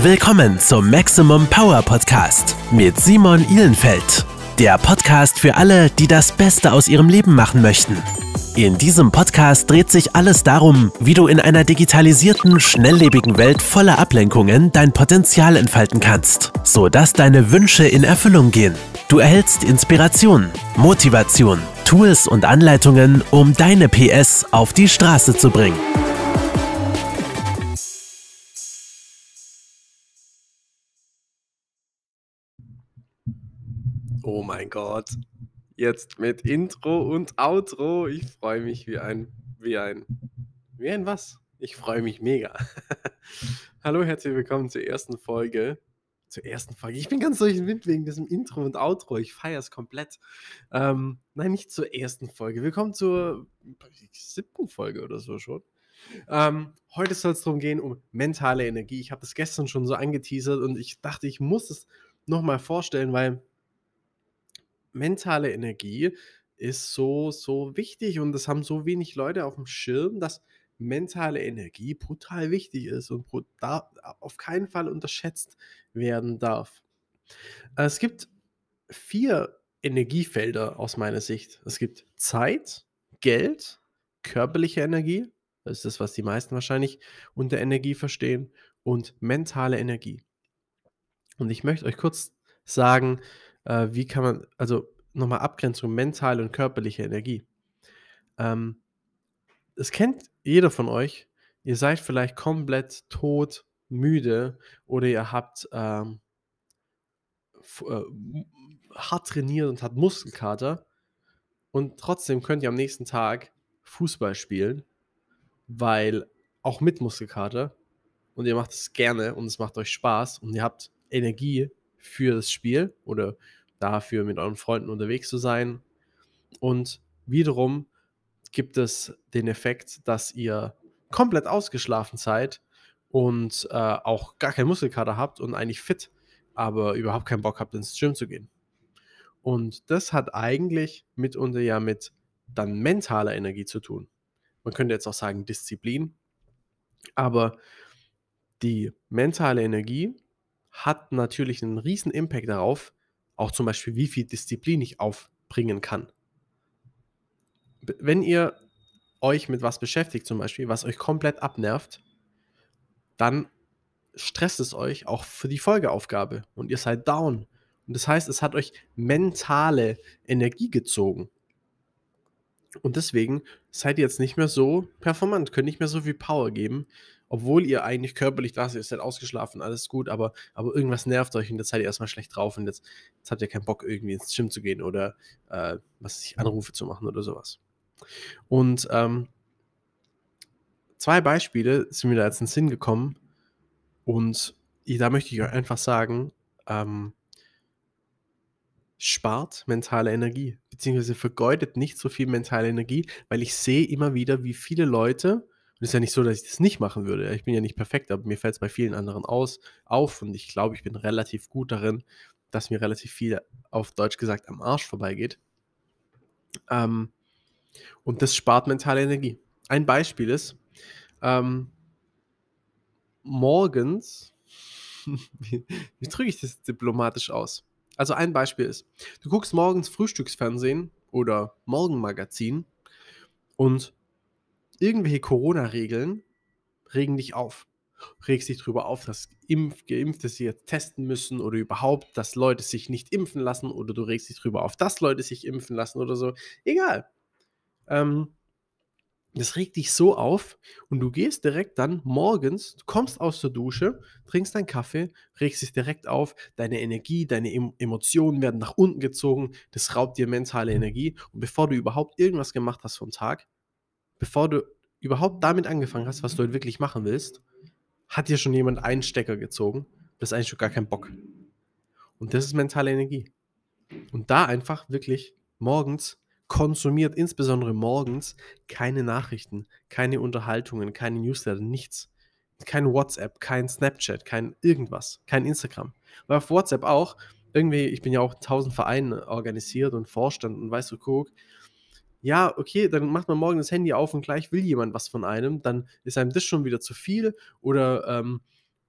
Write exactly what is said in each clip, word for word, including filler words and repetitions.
Willkommen zum Maximum Power Podcast mit Simon Ihlenfeld. Der Podcast für alle, die das Beste aus ihrem Leben machen möchten. In diesem Podcast dreht sich alles darum, wie du in einer digitalisierten, schnelllebigen Welt voller Ablenkungen dein Potenzial entfalten kannst, sodass deine Wünsche in Erfüllung gehen. Du erhältst Inspiration, Motivation, Tools und Anleitungen, um deine P S auf die Straße zu bringen. Oh mein Gott, jetzt mit Intro und Outro. Ich freue mich wie ein, wie ein, wie ein was? Ich freue mich mega. Hallo, herzlich willkommen zur ersten Folge. Zur ersten Folge. Ich bin ganz durch den Wind wegen diesem Intro und Outro. Ich feiere es komplett. Ähm, nein, nicht zur ersten Folge. Willkommen zur siebten Folge oder so schon. Ähm, heute soll es darum gehen, um mentale Energie. Ich habe das gestern schon so angeteasert und ich dachte, ich muss es nochmal vorstellen, weil mentale Energie ist so, so wichtig und das haben so wenig Leute auf dem Schirm, dass mentale Energie brutal wichtig ist und brutal, auf keinen Fall unterschätzt werden darf. Es gibt vier Energiefelder aus meiner Sicht. Es gibt Zeit, Geld, körperliche Energie, das ist das, was die meisten wahrscheinlich unter Energie verstehen, und mentale Energie. Und ich möchte euch kurz sagen, äh, wie kann man, also nochmal Abgrenzung mentale und körperliche Energie. Ähm, das kennt jeder von euch. Ihr seid vielleicht komplett tot, müde oder ihr habt ähm, f- äh, m- hart trainiert und habt Muskelkater und trotzdem könnt ihr am nächsten Tag Fußball spielen, weil auch mit Muskelkater und ihr macht es gerne und es macht euch Spaß und ihr habt Energie für das Spiel oder dafür mit euren Freunden unterwegs zu sein. Und wiederum gibt es den Effekt, dass ihr komplett ausgeschlafen seid und äh, auch gar keinen Muskelkater habt und eigentlich fit, aber überhaupt keinen Bock habt, ins Gym zu gehen. Und das hat eigentlich mitunter ja mit dann mentaler Energie zu tun. Man könnte jetzt auch sagen Disziplin, aber die mentale Energie hat natürlich einen riesen Impact darauf, auch zum Beispiel, wie viel Disziplin ich aufbringen kann. B- Wenn ihr euch mit was beschäftigt, zum Beispiel, was euch komplett abnervt, dann stresst es euch auch für die Folgeaufgabe und ihr seid down. Und das heißt, es hat euch mentale Energie gezogen. Und deswegen seid ihr jetzt nicht mehr so performant, könnt nicht mehr so viel Power geben, obwohl ihr eigentlich körperlich da seid, ihr seid ausgeschlafen, alles gut, aber, aber irgendwas nervt euch und jetzt seid ihr erstmal schlecht drauf und jetzt, jetzt habt ihr keinen Bock, irgendwie ins Gym zu gehen oder äh, was weiß ich, Anrufe zu machen oder sowas. Und ähm, zwei Beispiele sind mir da jetzt in den Sinn gekommen und i- da möchte ich euch einfach sagen, ähm, spart mentale Energie, beziehungsweise vergeudet nicht so viel mentale Energie, weil ich sehe immer wieder, wie viele Leute, und es ist ja nicht so, dass ich das nicht machen würde, ich bin ja nicht perfekt, aber mir fällt es bei vielen anderen aus, auf und ich glaube, ich bin relativ gut darin, dass mir relativ viel, auf Deutsch gesagt, am Arsch vorbeigeht. Ähm, und das spart mentale Energie. Ein Beispiel ist, ähm, morgens, wie, wie drücke ich das diplomatisch aus? Also ein Beispiel ist, du guckst morgens Frühstücksfernsehen oder Morgenmagazin und irgendwelche Corona-Regeln regen dich auf. Regst dich darüber auf, dass Impf Geimpfte sich jetzt testen müssen oder überhaupt, dass Leute sich nicht impfen lassen oder du regst dich darüber auf, dass Leute sich impfen lassen oder so. Egal. Ähm, Das regt dich so auf und du gehst direkt dann morgens, du kommst aus der Dusche, trinkst deinen Kaffee, regst dich direkt auf, deine Energie, deine em Emotionen werden nach unten gezogen, das raubt dir mentale Energie und bevor du überhaupt irgendwas gemacht hast vom Tag, bevor du überhaupt damit angefangen hast, was du halt wirklich machen willst, hat dir schon jemand einen Stecker gezogen, das ist eigentlich schon gar kein Bock. Und das ist mentale Energie. Und da einfach wirklich morgens konsumiert, insbesondere morgens, keine Nachrichten, keine Unterhaltungen, keine Newsletter, nichts. Kein WhatsApp, kein Snapchat, kein irgendwas, kein Instagram. Weil auf WhatsApp auch, irgendwie, ich bin ja auch in tausend Vereinen organisiert und Vorstand und weißt du, guck, ja, okay, dann macht man morgen das Handy auf und gleich will jemand was von einem, dann ist einem das schon wieder zu viel oder, ähm,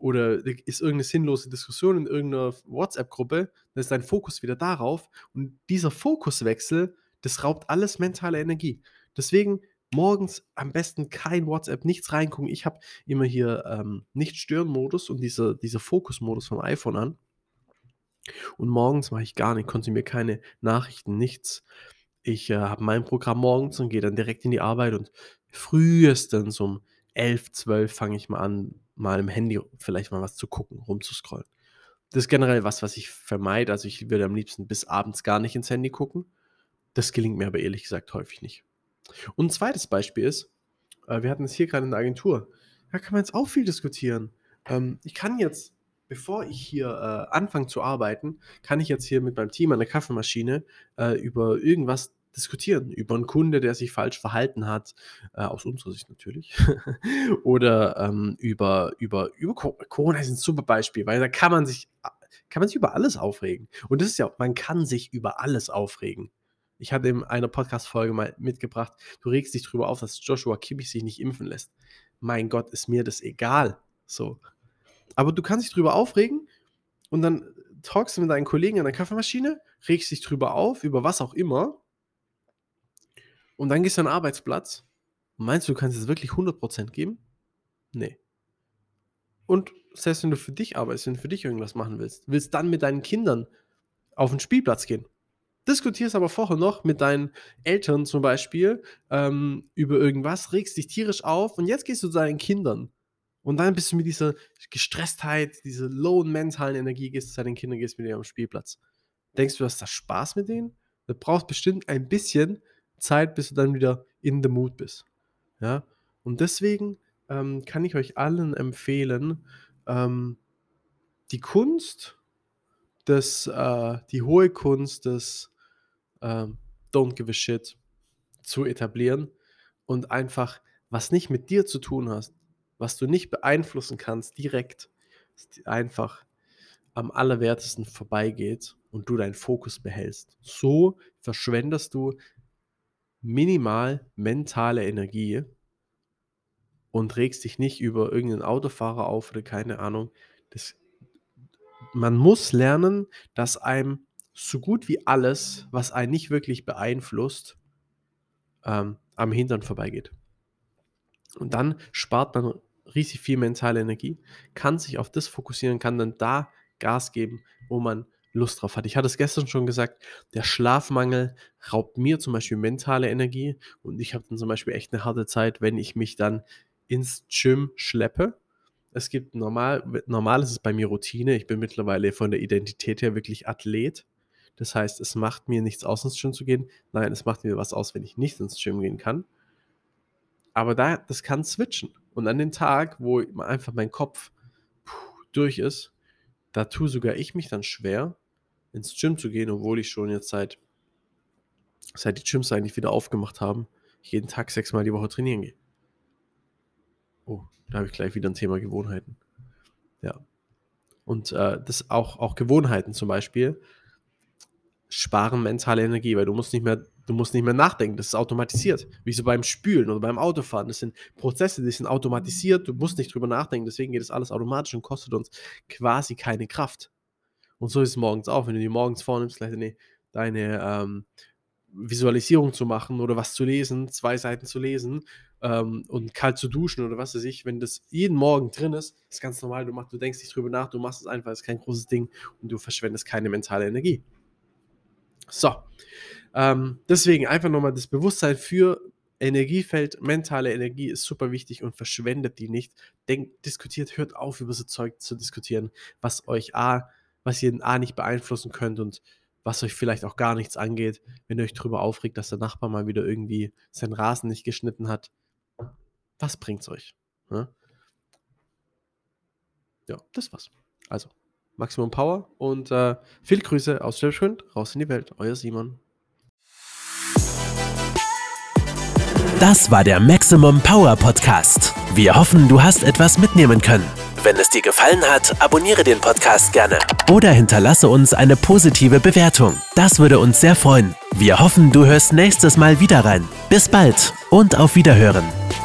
oder ist irgendeine sinnlose Diskussion in irgendeiner WhatsApp-Gruppe, dann ist dein Fokus wieder darauf und dieser Fokuswechsel, das raubt alles mentale Energie. Deswegen morgens am besten kein WhatsApp, nichts reingucken. Ich habe immer hier ähm, Nicht-Stören-Modus und dieser, dieser Fokus-Modus vom iPhone an. Und morgens mache ich gar nicht, konsumiere keine Nachrichten, nichts. Ich äh, habe mein Programm morgens und gehe dann direkt in die Arbeit und frühestens um elf, zwölf fange ich mal an, mal im Handy vielleicht mal was zu gucken, rumzuscrollen. Das ist generell was, was ich vermeide. Also ich würde am liebsten bis abends gar nicht ins Handy gucken. Das gelingt mir aber ehrlich gesagt häufig nicht. Und ein zweites Beispiel ist, äh, wir hatten es hier gerade in der Agentur, da kann man jetzt auch viel diskutieren. Ähm, ich kann jetzt, bevor ich hier äh, anfange zu arbeiten, kann ich jetzt hier mit meinem Team an der Kaffeemaschine äh, über irgendwas diskutieren, über einen Kunde, der sich falsch verhalten hat, äh, aus unserer Sicht natürlich, oder ähm, über, über, über Corona ist ein super Beispiel, weil da kann man sich, kann man sich über alles aufregen. Und das ist ja, man kann sich über alles aufregen. Ich hatte in einer Podcast-Folge mal mitgebracht, du regst dich drüber auf, dass Joshua Kimmich sich nicht impfen lässt. Mein Gott, ist mir das egal. So. Aber du kannst dich drüber aufregen und dann talkst du mit deinen Kollegen an der Kaffeemaschine, regst dich drüber auf, über was auch immer, und dann gehst du an den Arbeitsplatz und meinst du, du kannst es wirklich hundert Prozent geben? Nee. Und selbst wenn du für dich arbeitest, wenn du für dich irgendwas machen willst, willst dann mit deinen Kindern auf den Spielplatz gehen. Diskutierst aber vorher noch mit deinen Eltern zum Beispiel ähm, über irgendwas, regst dich tierisch auf und jetzt gehst du zu deinen Kindern. Und dann bist du mit dieser Gestresstheit, dieser lowen mentalen Energie, gehst du zu deinen Kindern, gehst mit denen am Spielplatz. Denkst du, hast da Spaß mit denen? Das braucht bestimmt ein bisschen Zeit, bis du dann wieder in the mood bist. Ja? Und deswegen ähm, kann ich euch allen empfehlen, ähm, die Kunst, des, äh, die hohe Kunst des ähm, Don't give a shit zu etablieren und einfach, was nicht mit dir zu tun hast, was du nicht beeinflussen kannst direkt, einfach am allerwertesten vorbeigeht und du deinen Fokus behältst. So verschwendest du minimal mentale Energie und regst dich nicht über irgendeinen Autofahrer auf oder keine Ahnung. Das, man muss lernen, dass einem so gut wie alles, was einen nicht wirklich beeinflusst, ähm, am Hintern vorbeigeht. Und dann spart man riesig viel mentale Energie, kann sich auf das fokussieren, kann dann da Gas geben, wo man Lust drauf hat. Ich hatte es gestern schon gesagt, der Schlafmangel raubt mir zum Beispiel mentale Energie und ich habe dann zum Beispiel echt eine harte Zeit, wenn ich mich dann ins Gym schleppe. Es gibt normal, normal ist es bei mir Routine, ich bin mittlerweile von der Identität her wirklich Athlet. Das heißt, es macht mir nichts aus, ins Gym zu gehen. Nein, es macht mir was aus, wenn ich nicht ins Gym gehen kann. Aber da, das kann switchen. Und an den Tag, wo einfach mein Kopf puh, durch ist, da tue sogar ich mich dann schwer, ins Gym zu gehen, obwohl ich schon jetzt seit, seit die Gyms eigentlich wieder aufgemacht haben, jeden Tag sechsmal die Woche trainieren gehe. Oh, da habe ich gleich wieder ein Thema Gewohnheiten. Ja. Und äh, das auch, auch Gewohnheiten zum Beispiel sparen mentale Energie, weil du musst nicht mehr, du musst nicht mehr nachdenken, das ist automatisiert. Wie so beim Spülen oder beim Autofahren. Das sind Prozesse, die sind automatisiert, du musst nicht drüber nachdenken, deswegen geht das alles automatisch und kostet uns quasi keine Kraft. Und so ist es morgens auch, wenn du dir morgens vornimmst, gleich deine, deine ähm, Visualisierung zu machen oder was zu lesen, zwei Seiten zu lesen ähm, und kalt zu duschen oder was weiß ich, wenn das jeden Morgen drin ist, ist ganz normal, du, mach, du denkst nicht drüber nach, du machst es einfach, ist kein großes Ding und du verschwendest keine mentale Energie. So, ähm, deswegen einfach nochmal das Bewusstsein für Energiefeld, mentale Energie ist super wichtig und verschwendet die nicht. Denkt, diskutiert, hört auf, über so Zeug zu diskutieren, was euch A, was ihr A nicht beeinflussen könnt und was euch vielleicht auch gar nichts angeht, wenn ihr euch drüber aufregt, dass der Nachbar mal wieder irgendwie seinen Rasen nicht geschnitten hat. Was bringt's euch? Ja, ja das war's. Also, Maximum Power und äh, viele Grüße aus Schwäbisch raus in die Welt. Euer Simon. Das war der Maximum Power Podcast. Wir hoffen, du hast etwas mitnehmen können. Wenn es dir gefallen hat, abonniere den Podcast gerne oder hinterlasse uns eine positive Bewertung. Das würde uns sehr freuen. Wir hoffen, du hörst nächstes Mal wieder rein. Bis bald und auf Wiederhören.